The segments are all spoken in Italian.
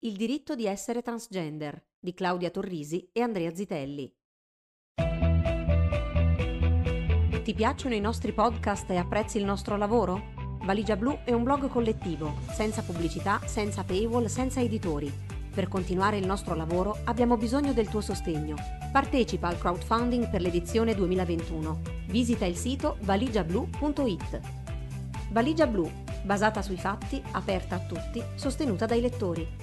Il diritto di essere transgender di Claudia Torrisi e Andrea Zitelli. Ti piacciono i nostri podcast e apprezzi il nostro lavoro? Valigia Blu è un blog collettivo, senza pubblicità, senza paywall, senza editori. Per continuare il nostro lavoro abbiamo bisogno del tuo sostegno. Partecipa al crowdfunding per l'edizione 2021. Visita il sito valigiablu.it. Valigia Blu, basata sui fatti, aperta a tutti, sostenuta dai lettori.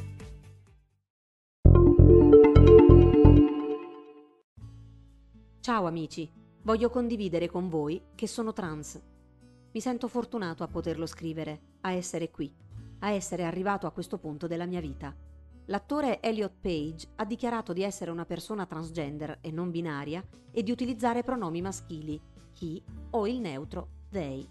Ciao amici, voglio condividere con voi che sono trans. Mi sento fortunato a poterlo scrivere, a essere qui, a essere arrivato a questo punto della mia vita. L'attore Elliot Page ha dichiarato di essere una persona transgender e non binaria e di utilizzare pronomi maschili, he o il neutro, they.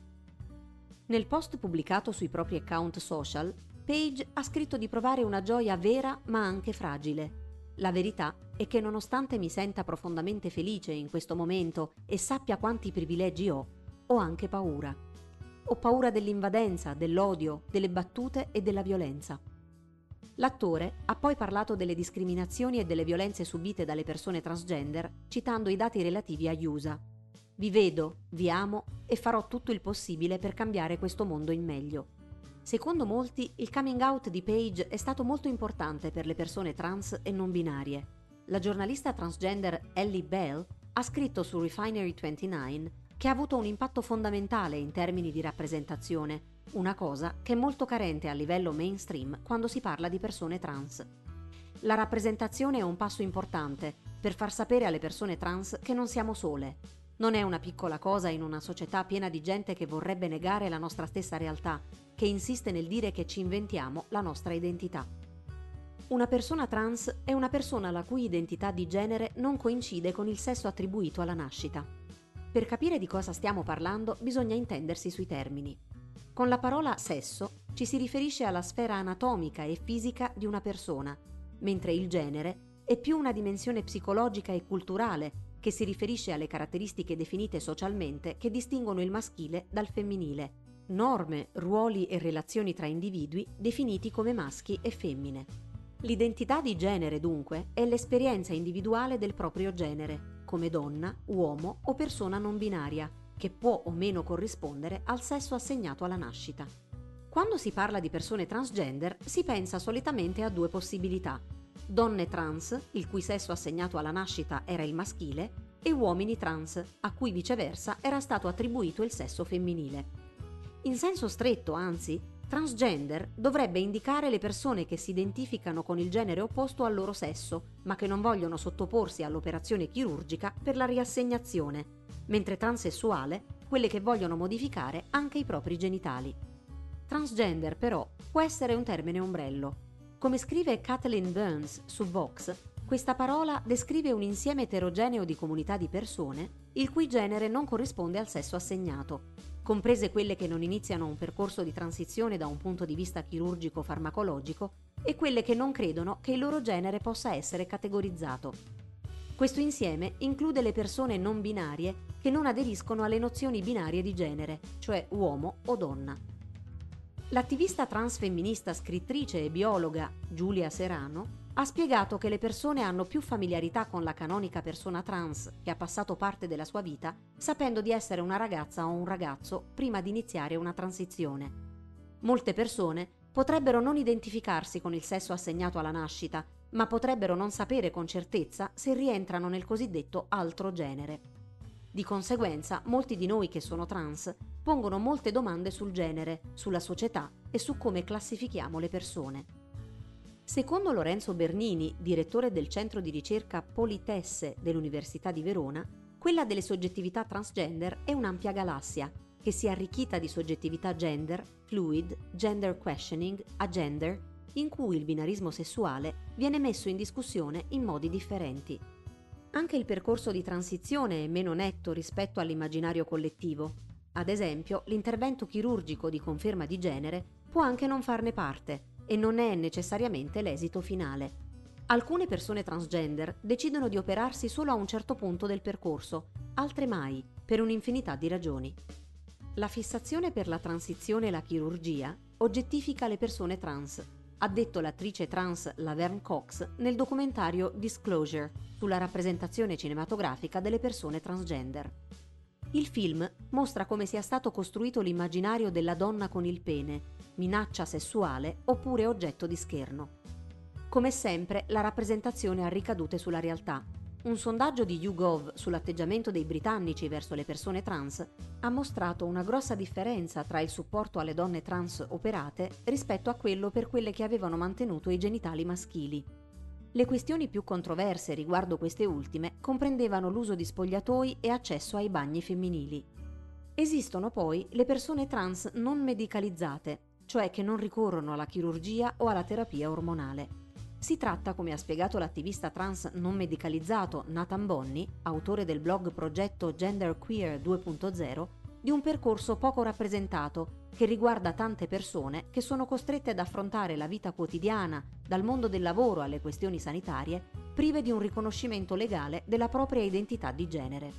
Nel post pubblicato sui propri account social, Page ha scritto di provare una gioia vera ma anche fragile. La verità è che nonostante mi senta profondamente felice in questo momento e sappia quanti privilegi ho anche paura. Ho paura dell'invadenza, dell'odio, delle battute e della violenza. L'attore ha poi parlato delle discriminazioni e delle violenze subite dalle persone transgender, citando i dati relativi agli USA. Vi vedo, vi amo e farò tutto il possibile per cambiare questo mondo in meglio. Secondo molti, il coming out di Page è stato molto importante per le persone trans e non binarie. La giornalista transgender Ellie Bell ha scritto su Refinery29 che ha avuto un impatto fondamentale in termini di rappresentazione, una cosa che è molto carente a livello mainstream quando si parla di persone trans. La rappresentazione è un passo importante per far sapere alle persone trans che non siamo sole. Non è una piccola cosa in una società piena di gente che vorrebbe negare la nostra stessa realtà, che insiste nel dire che ci inventiamo la nostra identità. Una persona trans è una persona la cui identità di genere non coincide con il sesso attribuito alla nascita. Per capire di cosa stiamo parlando bisogna intendersi sui termini. Con la parola sesso ci si riferisce alla sfera anatomica e fisica di una persona, mentre il genere è più una dimensione psicologica e culturale che si riferisce alle caratteristiche definite socialmente che distinguono il maschile dal femminile, norme, ruoli e relazioni tra individui definiti come maschi e femmine. L'identità di genere, dunque, è l'esperienza individuale del proprio genere, come donna, uomo o persona non binaria, che può o meno corrispondere al sesso assegnato alla nascita. Quando si parla di persone transgender, si pensa solitamente a due possibilità: donne trans, il cui sesso assegnato alla nascita era il maschile, e uomini trans, a cui viceversa era stato attribuito il sesso femminile. In senso stretto, anzi, transgender dovrebbe indicare le persone che si identificano con il genere opposto al loro sesso, ma che non vogliono sottoporsi all'operazione chirurgica per la riassegnazione, mentre transessuale quelle che vogliono modificare anche i propri genitali. Transgender, però, può essere un termine ombrello. Come scrive Kathleen Burns su Vox, questa parola descrive un insieme eterogeneo di comunità di persone il cui genere non corrisponde al sesso assegnato, comprese quelle che non iniziano un percorso di transizione da un punto di vista chirurgico-farmacologico e quelle che non credono che il loro genere possa essere categorizzato. Questo insieme include le persone non binarie che non aderiscono alle nozioni binarie di genere, cioè uomo o donna. L'attivista transfemminista, scrittrice e biologa Giulia Serano ha spiegato che le persone hanno più familiarità con la canonica persona trans che ha passato parte della sua vita sapendo di essere una ragazza o un ragazzo prima di iniziare una transizione. Molte persone potrebbero non identificarsi con il sesso assegnato alla nascita, ma potrebbero non sapere con certezza se rientrano nel cosiddetto altro genere. Di conseguenza, molti di noi che sono trans pongono molte domande sul genere, sulla società e su come classifichiamo le persone. Secondo Lorenzo Bernini, direttore del centro di ricerca Politesse dell'Università di Verona, quella delle soggettività transgender è un'ampia galassia che si è arricchita di soggettività gender, fluid, gender questioning, agender, in cui il binarismo sessuale viene messo in discussione in modi differenti. Anche il percorso di transizione è meno netto rispetto all'immaginario collettivo. Ad esempio, l'intervento chirurgico di conferma di genere può anche non farne parte e non è necessariamente l'esito finale. Alcune persone transgender decidono di operarsi solo a un certo punto del percorso, altre mai, per un'infinità di ragioni. La fissazione per la transizione e la chirurgia oggettifica le persone trans. ha detto l'attrice trans Laverne Cox nel documentario Disclosure sulla rappresentazione cinematografica delle persone transgender. Il film mostra come sia stato costruito l'immaginario della donna con il pene, minaccia sessuale oppure oggetto di scherno. Come sempre, la rappresentazione ha ricadute sulla realtà. Un sondaggio di YouGov sull'atteggiamento dei britannici verso le persone trans ha mostrato una grossa differenza tra il supporto alle donne trans operate rispetto a quello per quelle che avevano mantenuto i genitali maschili. Le questioni più controverse riguardo queste ultime comprendevano l'uso di spogliatoi e accesso ai bagni femminili. Esistono poi le persone trans non medicalizzate, cioè che non ricorrono alla chirurgia o alla terapia ormonale. Si tratta, come ha spiegato l'attivista trans non medicalizzato Nathan Bonney, autore del blog progetto Genderqueer 2.0, di un percorso poco rappresentato che riguarda tante persone che sono costrette ad affrontare la vita quotidiana, dal mondo del lavoro alle questioni sanitarie, prive di un riconoscimento legale della propria identità di genere.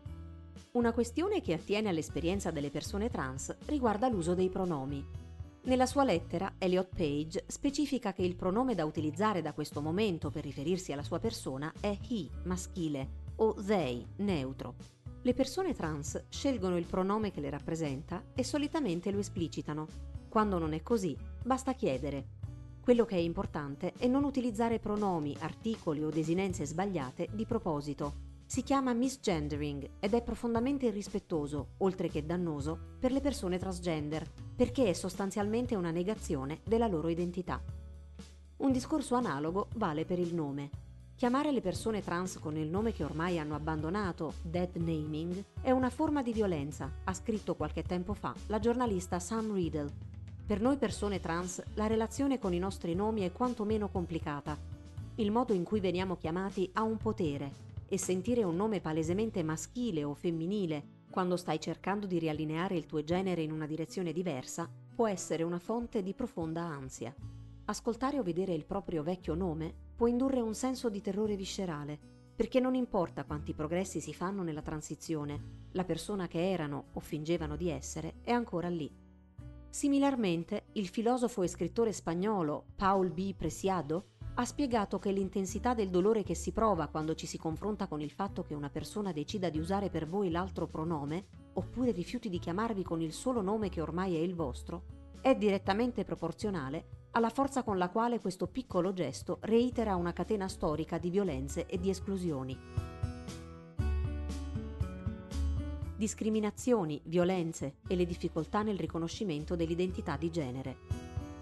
Una questione che attiene all'esperienza delle persone trans riguarda l'uso dei pronomi. Nella sua lettera, Elliot Page specifica che il pronome da utilizzare da questo momento per riferirsi alla sua persona è he, maschile, o they, neutro. Le persone trans scelgono il pronome che le rappresenta e solitamente lo esplicitano. Quando non è così, basta chiedere. Quello che è importante è non utilizzare pronomi, articoli o desinenze sbagliate di proposito. Si chiama misgendering ed è profondamente irrispettoso, oltre che dannoso, per le persone transgender, perché è sostanzialmente una negazione della loro identità. Un discorso analogo vale per il nome. Chiamare le persone trans con il nome che ormai hanno abbandonato, dead naming, è una forma di violenza, ha scritto qualche tempo fa la giornalista Sam Riddle. Per noi persone trans la relazione con i nostri nomi è quantomeno complicata. Il modo in cui veniamo chiamati ha un potere, e sentire un nome palesemente maschile o femminile quando stai cercando di riallineare il tuo genere in una direzione diversa può essere una fonte di profonda ansia. Ascoltare o vedere il proprio vecchio nome può indurre un senso di terrore viscerale, perché non importa quanti progressi si fanno nella transizione, la persona che erano o fingevano di essere è ancora lì. Similarmente, il filosofo e scrittore spagnolo Paul B. Preciado ha spiegato che l'intensità del dolore che si prova quando ci si confronta con il fatto che una persona decida di usare per voi l'altro pronome, oppure rifiuti di chiamarvi con il solo nome che ormai è il vostro, è direttamente proporzionale alla forza con la quale questo piccolo gesto reitera una catena storica di violenze e di esclusioni. Discriminazioni, violenze e le difficoltà nel riconoscimento dell'identità di genere.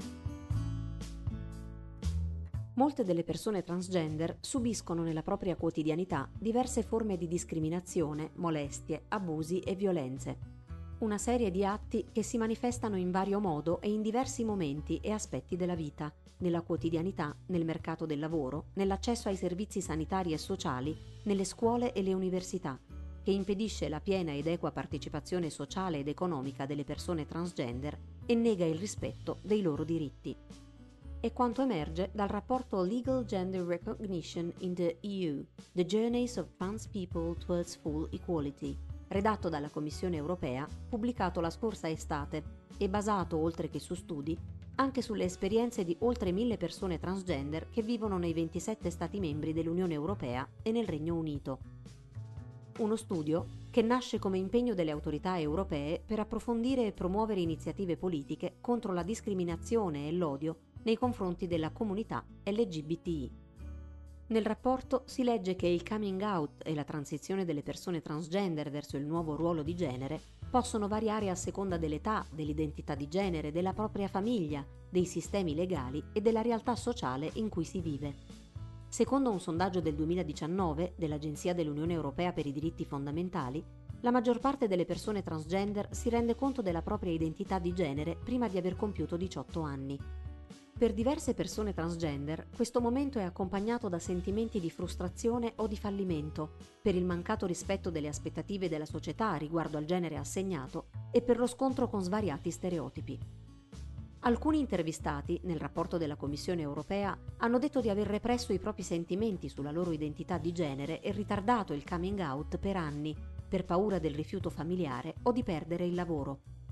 Molte delle persone transgender subiscono nella propria quotidianità diverse forme di discriminazione, molestie, abusi e violenze. Una serie di atti che si manifestano in vario modo e in diversi momenti e aspetti della vita, nella quotidianità, nel mercato del lavoro, nell'accesso ai servizi sanitari e sociali, nelle scuole e le università, che impedisce la piena ed equa partecipazione sociale ed economica delle persone transgender e nega il rispetto dei loro diritti. È quanto emerge dal rapporto Legal Gender Recognition in the EU, The Journeys of Trans People Towards Full Equality, redatto dalla Commissione europea, pubblicato la scorsa estate e basato, oltre che su studi, anche sulle esperienze di oltre 1000 persone transgender che vivono nei 27 Stati membri dell'Unione Europea e nel Regno Unito. Uno studio che nasce come impegno delle autorità europee per approfondire e promuovere iniziative politiche contro la discriminazione e l'odio nei confronti della comunità LGBTI. Nel rapporto si legge che il coming out e la transizione delle persone transgender verso il nuovo ruolo di genere possono variare a seconda dell'età, dell'identità di genere, della propria famiglia, dei sistemi legali e della realtà sociale in cui si vive. Secondo un sondaggio del 2019 dell'Agenzia dell'Unione Europea per i diritti fondamentali, la maggior parte delle persone transgender si rende conto della propria identità di genere prima di aver compiuto 18 anni. Per diverse persone transgender, questo momento è accompagnato da sentimenti di frustrazione o di fallimento, per il mancato rispetto delle aspettative della società riguardo al genere assegnato e per lo scontro con svariati stereotipi. Alcuni intervistati, nel rapporto della Commissione europea, hanno detto di aver represso i propri sentimenti sulla loro identità di genere e ritardato il coming out per anni, per paura del rifiuto familiare o di perdere il lavoro.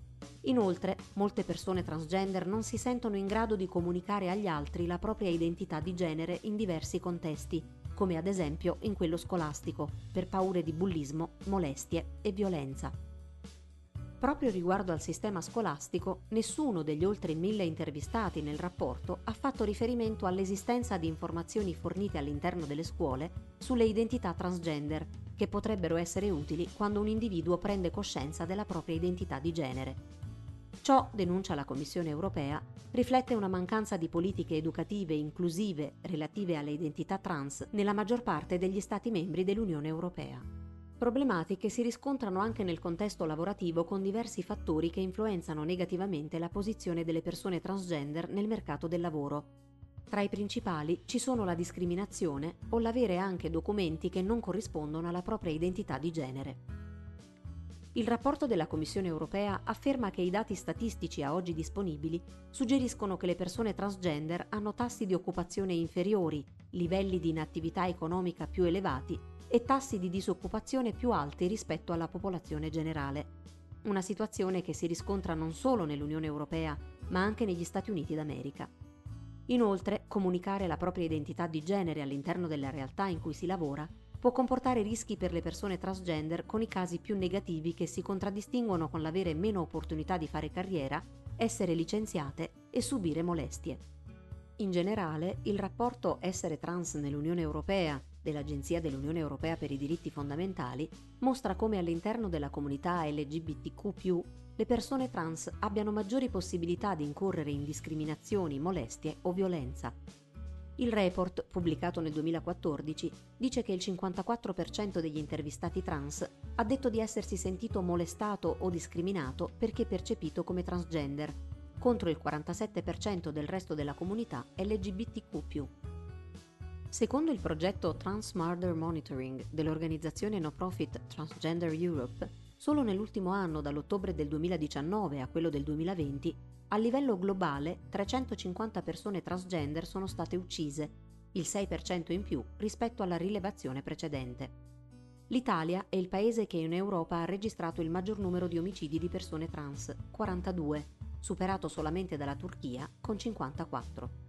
Inoltre, molte persone transgender non si sentono in grado di comunicare agli altri la propria identità di genere in diversi contesti, come ad esempio in quello scolastico, per paure di bullismo, molestie e violenza. Proprio riguardo al sistema scolastico, nessuno degli oltre 1000 intervistati nel rapporto ha fatto riferimento all'esistenza di informazioni fornite all'interno delle scuole sulle identità transgender, che potrebbero essere utili quando un individuo prende coscienza della propria identità di genere. Ciò, denuncia la Commissione europea, riflette una mancanza di politiche educative inclusive relative alle identità trans nella maggior parte degli Stati membri dell'Unione europea. Problematiche si riscontrano anche nel contesto lavorativo con diversi fattori che influenzano negativamente la posizione delle persone transgender nel mercato del lavoro. Tra i principali ci sono la discriminazione o l'avere anche documenti che non corrispondono alla propria identità di genere. Il rapporto della Commissione europea afferma che i dati statistici a oggi disponibili suggeriscono che le persone transgender hanno tassi di occupazione inferiori, livelli di inattività economica più elevati e tassi di disoccupazione più alti rispetto alla popolazione generale. Una situazione che si riscontra non solo nell'Unione europea, ma anche negli Stati Uniti d'America. Inoltre, comunicare la propria identità di genere all'interno della realtà in cui si lavora può comportare rischi per le persone transgender, con i casi più negativi che si contraddistinguono con l'avere meno opportunità di fare carriera, essere licenziate e subire molestie. In generale, il rapporto Essere trans nell'Unione Europea dell'Agenzia dell'Unione Europea per i diritti fondamentali mostra come all'interno della comunità LGBTQ+, le persone trans abbiano maggiori possibilità di incorrere in discriminazioni, molestie o violenza. Il report, pubblicato nel 2014, dice che il 54% degli intervistati trans ha detto di essersi sentito molestato o discriminato perché percepito come transgender, contro il 47% del resto della comunità LGBTQ+. Secondo il progetto Trans Murder Monitoring dell'organizzazione no profit Transgender Europe, solo nell'ultimo anno, dall'ottobre del 2019 a quello del 2020, a livello globale 350 persone transgender sono state uccise, il 6% in più rispetto alla rilevazione precedente. L'Italia è il paese che in Europa ha registrato il maggior numero di omicidi di persone trans, 42, superato solamente dalla Turchia con 54.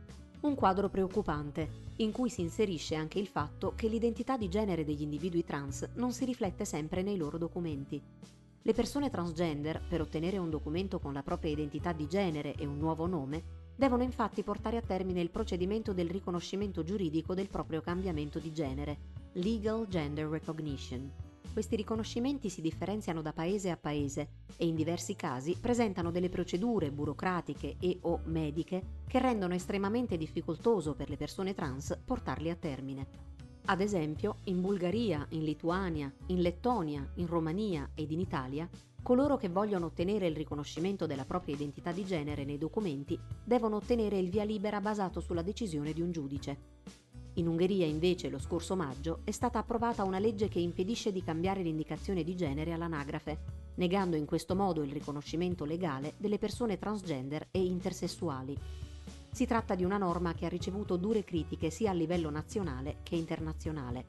Un quadro preoccupante, in cui si inserisce anche il fatto che l'identità di genere degli individui trans non si riflette sempre nei loro documenti. Le persone transgender, per ottenere un documento con la propria identità di genere e un nuovo nome, devono infatti portare a termine il procedimento del riconoscimento giuridico del proprio cambiamento di genere, Legal Gender Recognition. Questi riconoscimenti si differenziano da paese a paese e in diversi casi presentano delle procedure burocratiche e/o mediche che rendono estremamente difficoltoso per le persone trans portarli a termine. Ad esempio, in Bulgaria, in Lituania, in Lettonia, in Romania ed in Italia, coloro che vogliono ottenere il riconoscimento della propria identità di genere nei documenti devono ottenere il via libera basato sulla decisione di un giudice. In Ungheria, invece, lo scorso maggio è stata approvata una legge che impedisce di cambiare l'indicazione di genere all'anagrafe, negando in questo modo il riconoscimento legale delle persone transgender e intersessuali. Si tratta di una norma che ha ricevuto dure critiche sia a livello nazionale che internazionale.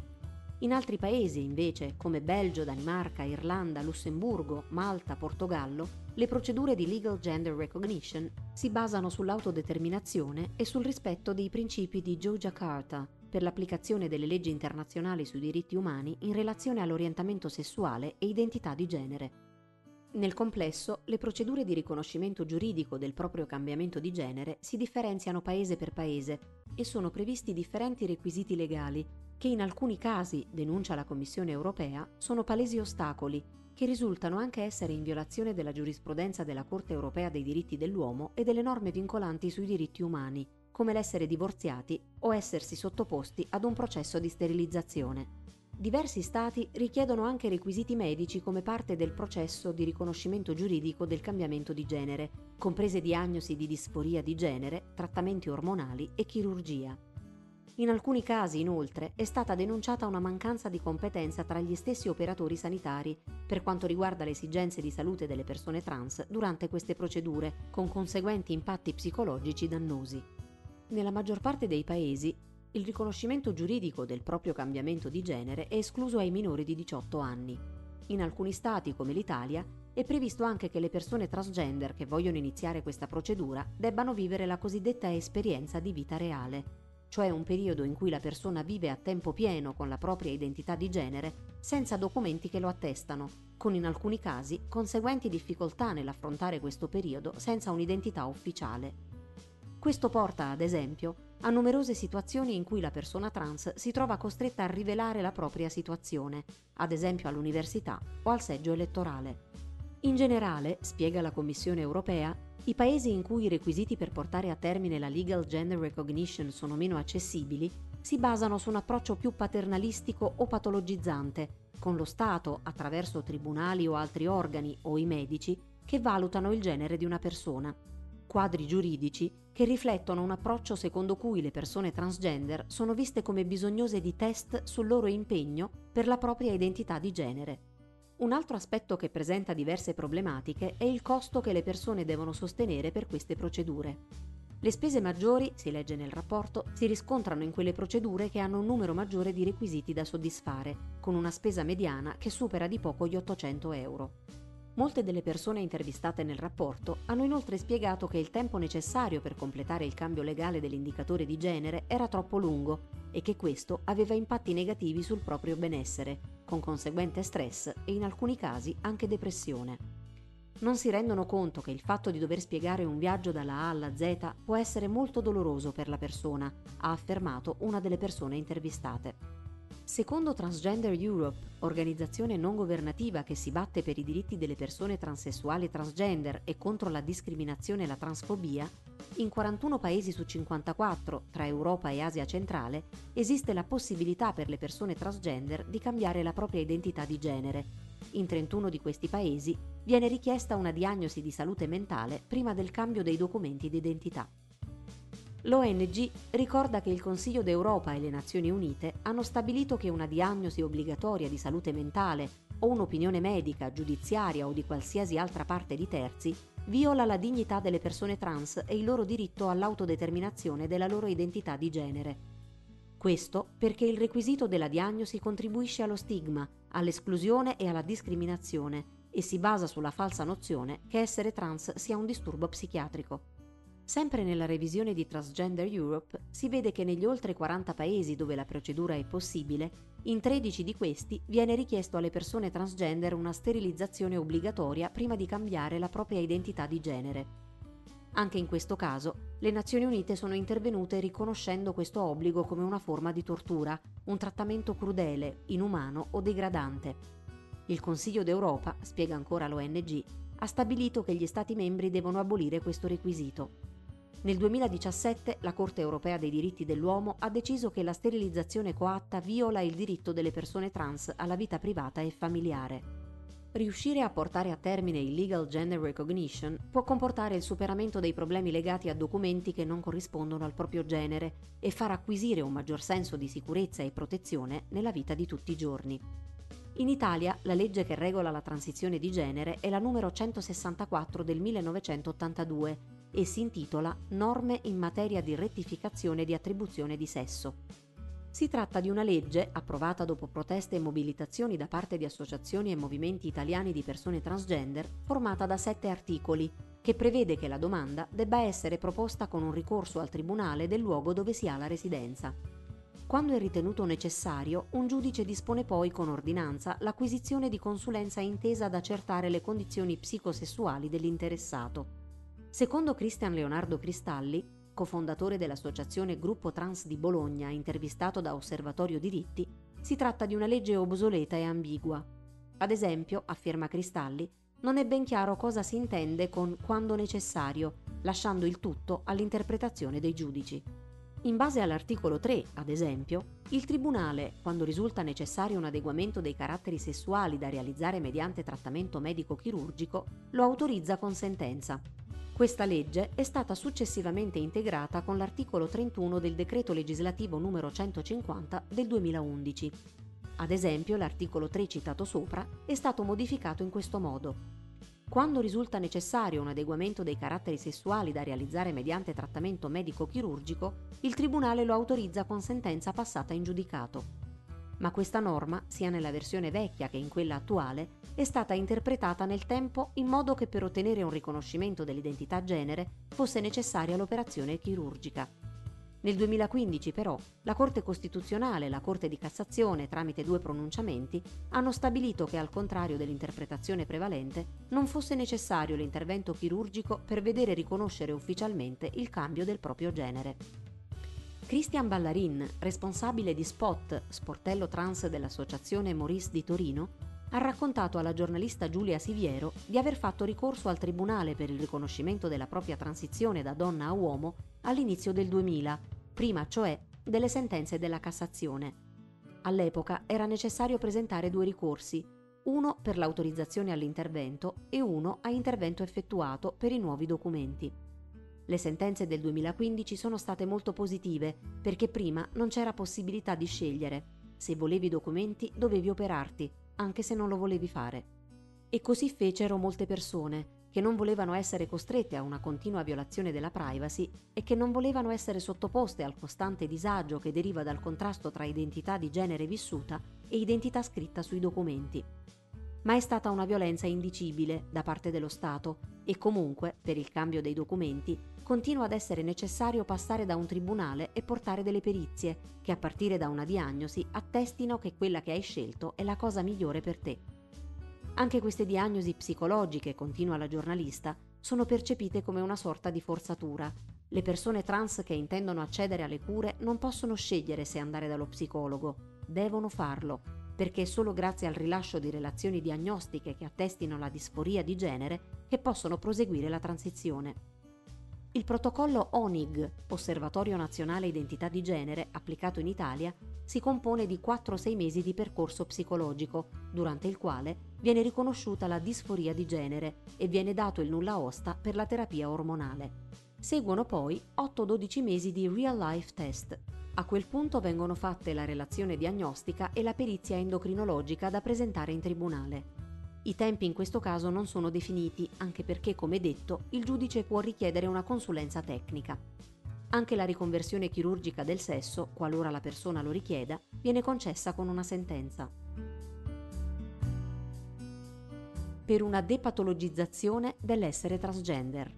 In altri paesi, invece, come Belgio, Danimarca, Irlanda, Lussemburgo, Malta, Portogallo, le procedure di Legal Gender Recognition si basano sull'autodeterminazione e sul rispetto dei principi di Yogyakarta per l'applicazione delle leggi internazionali sui diritti umani in relazione all'orientamento sessuale e identità di genere. Nel complesso, le procedure di riconoscimento giuridico del proprio cambiamento di genere si differenziano paese per paese e sono previsti differenti requisiti legali che in alcuni casi, denuncia la Commissione europea, sono palesi ostacoli che risultano anche essere in violazione della giurisprudenza della Corte europea dei diritti dell'uomo e delle norme vincolanti sui diritti umani, come l'essere divorziati o essersi sottoposti ad un processo di sterilizzazione. Diversi stati richiedono anche requisiti medici come parte del processo di riconoscimento giuridico del cambiamento di genere, comprese diagnosi di disforia di genere, trattamenti ormonali e chirurgia. In alcuni casi, inoltre, è stata denunciata una mancanza di competenza tra gli stessi operatori sanitari per quanto riguarda le esigenze di salute delle persone trans durante queste procedure, con conseguenti impatti psicologici dannosi. Nella maggior parte dei paesi, il riconoscimento giuridico del proprio cambiamento di genere è escluso ai minori di 18 anni. In alcuni stati, come l'Italia, è previsto anche che le persone transgender che vogliono iniziare questa procedura debbano vivere la cosiddetta esperienza di vita reale, cioè un periodo in cui la persona vive a tempo pieno con la propria identità di genere senza documenti che lo attestano, con in alcuni casi conseguenti difficoltà nell'affrontare questo periodo senza un'identità ufficiale. Questo porta, ad esempio, a numerose situazioni in cui la persona trans si trova costretta a rivelare la propria situazione, ad esempio all'università o al seggio elettorale. In generale, spiega la Commissione europea, i paesi in cui i requisiti per portare a termine la legal gender recognition sono meno accessibili si basano su un approccio più paternalistico o patologizzante, con lo Stato, attraverso tribunali o altri organi o i medici, che valutano il genere di una persona. Quadri giuridici che riflettono un approccio secondo cui le persone transgender sono viste come bisognose di test sul loro impegno per la propria identità di genere. Un altro aspetto che presenta diverse problematiche è il costo che le persone devono sostenere per queste procedure. Le spese maggiori, si legge nel rapporto, si riscontrano in quelle procedure che hanno un numero maggiore di requisiti da soddisfare, con una spesa mediana che supera di poco gli 800 euro. Molte delle persone intervistate nel rapporto hanno inoltre spiegato che il tempo necessario per completare il cambio legale dell'indicatore di genere era troppo lungo e che questo aveva impatti negativi sul proprio benessere, con conseguente stress e in alcuni casi anche depressione. Non si rendono conto che il fatto di dover spiegare un viaggio dalla A alla Z può essere molto doloroso per la persona, ha affermato una delle persone intervistate. Secondo Transgender Europe, organizzazione non governativa che si batte per i diritti delle persone transessuali e transgender e contro la discriminazione e la transfobia, in 41 paesi su 54, tra Europa e Asia centrale, esiste la possibilità per le persone transgender di cambiare la propria identità di genere. In 31 di questi paesi viene richiesta una diagnosi di salute mentale prima del cambio dei documenti di identità. L'ONG ricorda che il Consiglio d'Europa e le Nazioni Unite hanno stabilito che una diagnosi obbligatoria di salute mentale o un'opinione medica, giudiziaria o di qualsiasi altra parte di terzi viola la dignità delle persone trans e il loro diritto all'autodeterminazione della loro identità di genere. Questo perché il requisito della diagnosi contribuisce allo stigma, all'esclusione e alla discriminazione e si basa sulla falsa nozione che essere trans sia un disturbo psichiatrico. Sempre nella revisione di Transgender Europe si vede che negli oltre 40 paesi dove la procedura è possibile, in 13 di questi viene richiesto alle persone transgender una sterilizzazione obbligatoria prima di cambiare la propria identità di genere. Anche in questo caso, le Nazioni Unite sono intervenute riconoscendo questo obbligo come una forma di tortura, un trattamento crudele, inumano o degradante. Il Consiglio d'Europa, spiega ancora l'ONG, ha stabilito che gli Stati membri devono abolire questo requisito. Nel 2017 la Corte europea dei diritti dell'uomo ha deciso che la sterilizzazione coatta viola il diritto delle persone trans alla vita privata e familiare. Riuscire a portare a termine il legal gender recognition può comportare il superamento dei problemi legati a documenti che non corrispondono al proprio genere e far acquisire un maggior senso di sicurezza e protezione nella vita di tutti i giorni. In Italia la legge che regola la transizione di genere è la numero 164 del 1982 e si intitola Norme in materia di rettificazione di attribuzione di sesso. Si tratta di una legge, approvata dopo proteste e mobilitazioni da parte di associazioni e movimenti italiani di persone transgender, formata da 7 articoli, che prevede che la domanda debba essere proposta con un ricorso al tribunale del luogo dove si ha la residenza. Quando è ritenuto necessario, un giudice dispone poi con ordinanza l'acquisizione di consulenza intesa ad accertare le condizioni psicosessuali dell'interessato. Secondo Cristian Leonardo Cristalli, cofondatore dell'associazione Gruppo Trans di Bologna, intervistato da Osservatorio Diritti, si tratta di una legge obsoleta e ambigua. Ad esempio, afferma Cristalli, non è ben chiaro cosa si intende con quando necessario, lasciando il tutto all'interpretazione dei giudici. In base all'articolo 3, ad esempio, il Tribunale, quando risulta necessario un adeguamento dei caratteri sessuali da realizzare mediante trattamento medico-chirurgico, lo autorizza con sentenza. Questa legge è stata successivamente integrata con l'articolo 31 del decreto legislativo numero 150 del 2011. Ad esempio, l'articolo 3 citato sopra è stato modificato in questo modo. Quando risulta necessario un adeguamento dei caratteri sessuali da realizzare mediante trattamento medico-chirurgico, il Tribunale lo autorizza con sentenza passata in giudicato. ma questa norma, sia nella versione vecchia che in quella attuale, è stata interpretata nel tempo in modo che per ottenere un riconoscimento dell'identità genere fosse necessaria l'operazione chirurgica. Nel 2015 però la Corte Costituzionale e la Corte di Cassazione, tramite 2 pronunciamenti, hanno stabilito che al contrario dell'interpretazione prevalente non fosse necessario l'intervento chirurgico per vedere riconoscere ufficialmente il cambio del proprio genere. Christian Ballarin, responsabile di SPOT, sportello trans dell'associazione Maurice di Torino, ha raccontato alla giornalista Giulia Siviero di aver fatto ricorso al Tribunale per il riconoscimento della propria transizione da donna a uomo all'inizio del 2000, prima cioè delle sentenze della Cassazione. All'epoca era necessario presentare 2 ricorsi, uno per l'autorizzazione all'intervento e uno a intervento effettuato per i nuovi documenti. Le sentenze del 2015 sono state molto positive perché prima non c'era possibilità di scegliere. Se volevi i documenti dovevi operarti, anche se non lo volevi fare. E così fecero molte persone che non volevano essere costrette a una continua violazione della privacy e che non volevano essere sottoposte al costante disagio che deriva dal contrasto tra identità di genere vissuta e identità scritta sui documenti. Ma è stata una violenza indicibile da parte dello Stato e comunque, per il cambio dei documenti, continua ad essere necessario passare da un tribunale e portare delle perizie che, a partire da una diagnosi, attestino che quella che hai scelto è la cosa migliore per te. Anche queste diagnosi psicologiche, continua la giornalista, sono percepite come una sorta di forzatura. Le persone trans che intendono accedere alle cure non possono scegliere se andare dallo psicologo, devono farlo, perché è solo grazie al rilascio di relazioni diagnostiche che attestino la disforia di genere che possono proseguire la transizione. Il protocollo ONIG, Osservatorio Nazionale Identità di Genere, applicato in Italia, si compone di 4-6 mesi di percorso psicologico, durante il quale viene riconosciuta la disforia di genere e viene dato il nulla osta per la terapia ormonale. Seguono poi 8-12 mesi di real life test. A quel punto vengono fatte la relazione diagnostica e la perizia endocrinologica da presentare in tribunale. I tempi in questo caso non sono definiti, anche perché, come detto, il giudice può richiedere una consulenza tecnica. Anche la riconversione chirurgica del sesso, qualora la persona lo richieda, viene concessa con una sentenza. Per una depatologizzazione dell'essere transgender.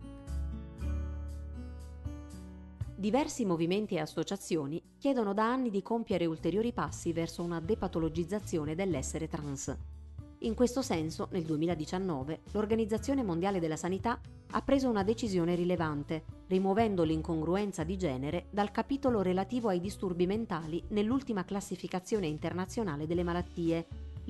Diversi movimenti e associazioni chiedono da anni di compiere ulteriori passi verso una depatologizzazione dell'essere trans. In questo senso, nel 2019, l'Organizzazione Mondiale della Sanità ha preso una decisione rilevante, rimuovendo l'incongruenza di genere dal capitolo relativo ai disturbi mentali nell'ultima classificazione internazionale delle malattie,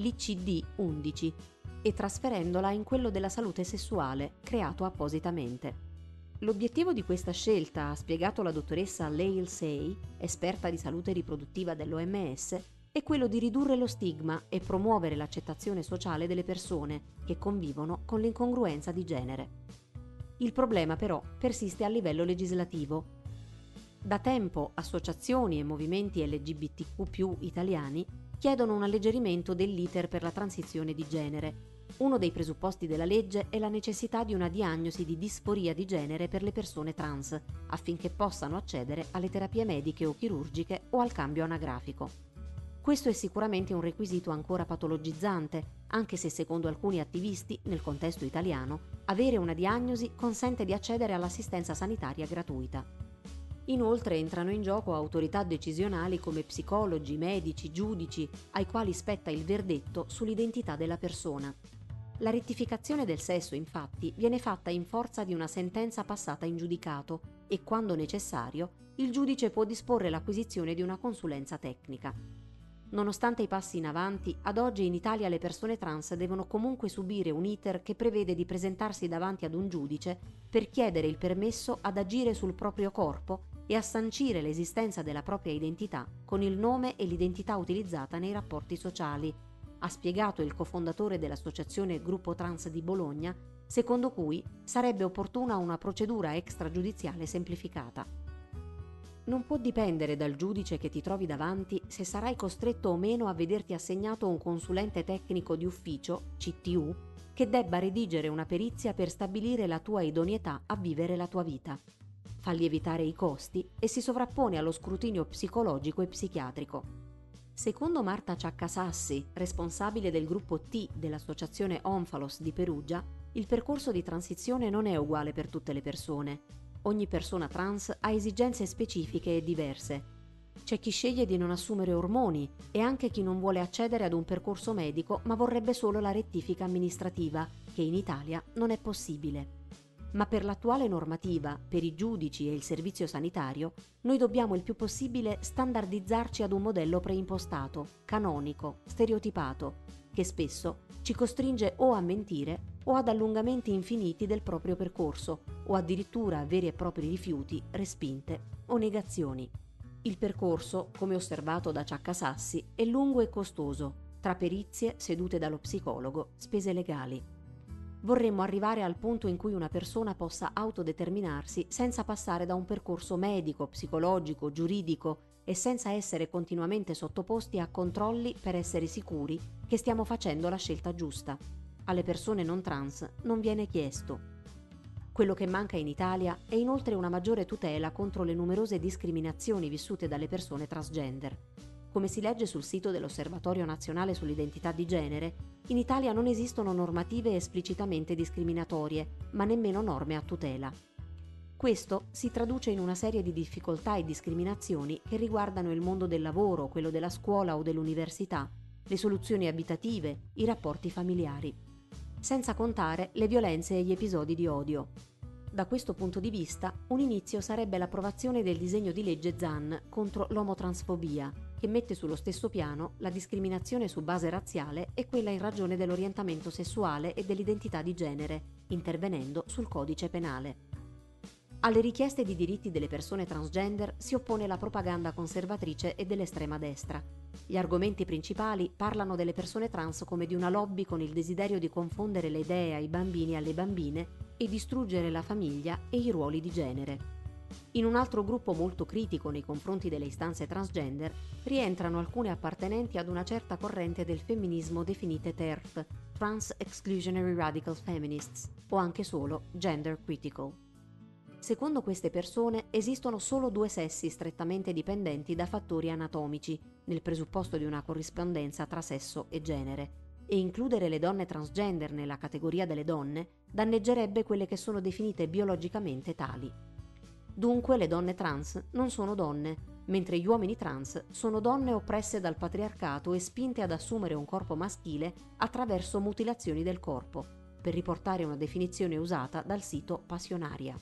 l'ICD-11, e trasferendola in quello della salute sessuale, creato appositamente. L'obiettivo di questa scelta, ha spiegato la dottoressa Lael Say, esperta di salute riproduttiva dell'OMS, è quello di ridurre lo stigma e promuovere l'accettazione sociale delle persone che convivono con l'incongruenza di genere. Il problema però persiste a livello legislativo. Da tempo associazioni e movimenti LGBTQ+ italiani chiedono un alleggerimento dell'iter per la transizione di genere. Uno dei presupposti della legge è la necessità di una diagnosi di disforia di genere per le persone trans, affinché possano accedere alle terapie mediche o chirurgiche o al cambio anagrafico. Questo è sicuramente un requisito ancora patologizzante, anche se secondo alcuni attivisti, nel contesto italiano, avere una diagnosi consente di accedere all'assistenza sanitaria gratuita. Inoltre entrano in gioco autorità decisionali come psicologi, medici, giudici, ai quali spetta il verdetto sull'identità della persona. La rettificazione del sesso, infatti, viene fatta in forza di una sentenza passata in giudicato e, quando necessario, il giudice può disporre l'acquisizione di una consulenza tecnica. Nonostante i passi in avanti, ad oggi in Italia le persone trans devono comunque subire un iter che prevede di presentarsi davanti ad un giudice per chiedere il permesso ad agire sul proprio corpo e a sancire l'esistenza della propria identità con il nome e l'identità utilizzata nei rapporti sociali, ha spiegato il cofondatore dell'associazione Gruppo Trans di Bologna, secondo cui sarebbe opportuna una procedura extragiudiziale semplificata. Non può dipendere dal giudice che ti trovi davanti se sarai costretto o meno a vederti assegnato un consulente tecnico di ufficio, CTU, che debba redigere una perizia per stabilire la tua idoneità a vivere la tua vita. Fa lievitare i costi e si sovrappone allo scrutinio psicologico e psichiatrico. Secondo Marta Ciaccasassi, responsabile del gruppo T dell'associazione Omphalos di Perugia, il percorso di transizione non è uguale per tutte le persone. Ogni persona trans ha esigenze specifiche e diverse. C'è chi sceglie di non assumere ormoni e anche chi non vuole accedere ad un percorso medico ma vorrebbe solo la rettifica amministrativa, che in Italia non è possibile. Ma per l'attuale normativa, per i giudici e il servizio sanitario, noi dobbiamo il più possibile standardizzarci ad un modello preimpostato, canonico, stereotipato, che spesso ci costringe o a mentire o ad allungamenti infiniti del proprio percorso, o addirittura a veri e propri rifiuti, respinte o negazioni. Il percorso, come osservato da Ciaccasassi, è lungo e costoso, tra perizie, sedute dallo psicologo, spese legali. Vorremmo arrivare al punto in cui una persona possa autodeterminarsi senza passare da un percorso medico, psicologico, giuridico e senza essere continuamente sottoposti a controlli per essere sicuri che stiamo facendo la scelta giusta. Alle persone non trans non viene chiesto. Quello che manca in Italia è inoltre una maggiore tutela contro le numerose discriminazioni vissute dalle persone transgender. Come si legge sul sito dell'Osservatorio Nazionale sull'Identità di Genere, in Italia non esistono normative esplicitamente discriminatorie, ma nemmeno norme a tutela. Questo si traduce in una serie di difficoltà e discriminazioni che riguardano il mondo del lavoro, quello della scuola o dell'università, le soluzioni abitative, i rapporti familiari. Senza contare le violenze e gli episodi di odio. Da questo punto di vista, un inizio sarebbe l'approvazione del disegno di legge Zan contro l'omotransfobia, che mette sullo stesso piano la discriminazione su base razziale e quella in ragione dell'orientamento sessuale e dell'identità di genere, intervenendo sul codice penale. Alle richieste di diritti delle persone transgender si oppone la propaganda conservatrice e dell'estrema destra. Gli argomenti principali parlano delle persone trans come di una lobby con il desiderio di confondere le idee ai bambini e alle bambine e distruggere la famiglia e i ruoli di genere. In un altro gruppo molto critico nei confronti delle istanze transgender rientrano alcune appartenenti ad una certa corrente del femminismo definite TERF, Trans Exclusionary Radical Feminists, o anche solo Gender Critical. Secondo queste persone esistono solo due sessi strettamente dipendenti da fattori anatomici, nel presupposto di una corrispondenza tra sesso e genere, e includere le donne transgender nella categoria delle donne danneggerebbe quelle che sono definite biologicamente tali. Dunque le donne trans non sono donne, mentre gli uomini trans sono donne oppresse dal patriarcato e spinte ad assumere un corpo maschile attraverso mutilazioni del corpo, per riportare una definizione usata dal sito Passionaria.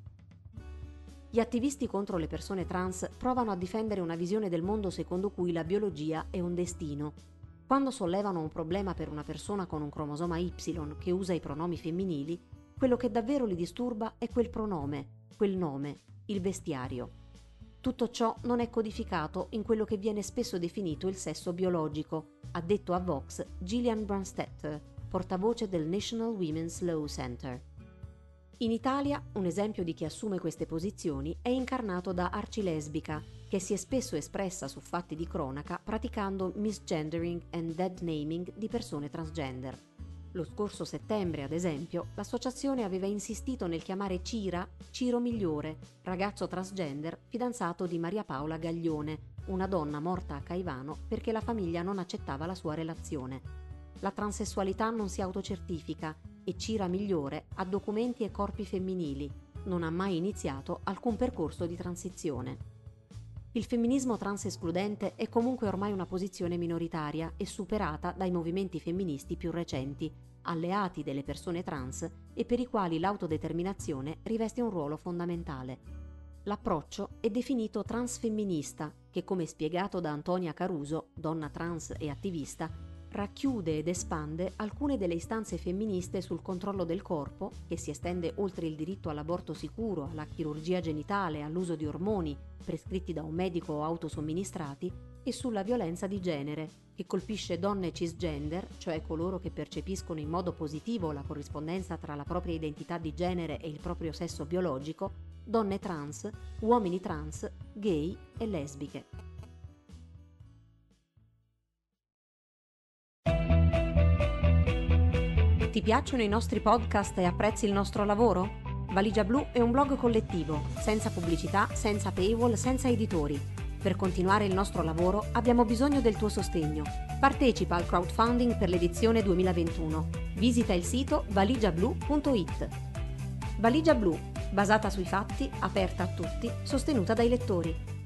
Gli attivisti contro le persone trans provano a difendere una visione del mondo secondo cui la biologia è un destino. Quando sollevano un problema per una persona con un cromosoma Y che usa i pronomi femminili, quello che davvero li disturba è quel pronome, quel nome, il vestiario. Tutto ciò non è codificato in quello che viene spesso definito il sesso biologico, ha detto a Vox Gillian Brandstetter, portavoce del National Women's Law Center. In Italia, un esempio di chi assume queste posizioni è incarnato da Arcilesbica, che si è spesso espressa su fatti di cronaca praticando misgendering and deadnaming di persone transgender. Lo scorso settembre, ad esempio, l'associazione aveva insistito nel chiamare Cira Ciro Migliore, ragazzo transgender fidanzato di Maria Paola Gaglione, una donna morta a Caivano perché la famiglia non accettava la sua relazione. La transessualità non si autocertifica e Cira Migliore ha documenti e corpi femminili, non ha mai iniziato alcun percorso di transizione. Il femminismo trans escludente è comunque ormai una posizione minoritaria e superata dai movimenti femministi più recenti, alleati delle persone trans e per i quali l'autodeterminazione riveste un ruolo fondamentale. L'approccio è definito transfemminista, che come spiegato da Antonia Caruso, donna trans e attivista, racchiude ed espande alcune delle istanze femministe sul controllo del corpo, che si estende oltre il diritto all'aborto sicuro, alla chirurgia genitale, all'uso di ormoni prescritti da un medico o autosomministrati, e sulla violenza di genere, che colpisce donne cisgender, cioè coloro che percepiscono in modo positivo la corrispondenza tra la propria identità di genere e il proprio sesso biologico, donne trans, uomini trans, gay e lesbiche. Ti piacciono i nostri podcast e apprezzi il nostro lavoro? Valigia Blu è un blog collettivo, senza pubblicità, senza paywall, senza editori. Per continuare il nostro lavoro abbiamo bisogno del tuo sostegno. Partecipa al crowdfunding per l'edizione 2021. Visita il sito valigiablu.it. Valigia Blu, basata sui fatti, aperta a tutti, sostenuta dai lettori.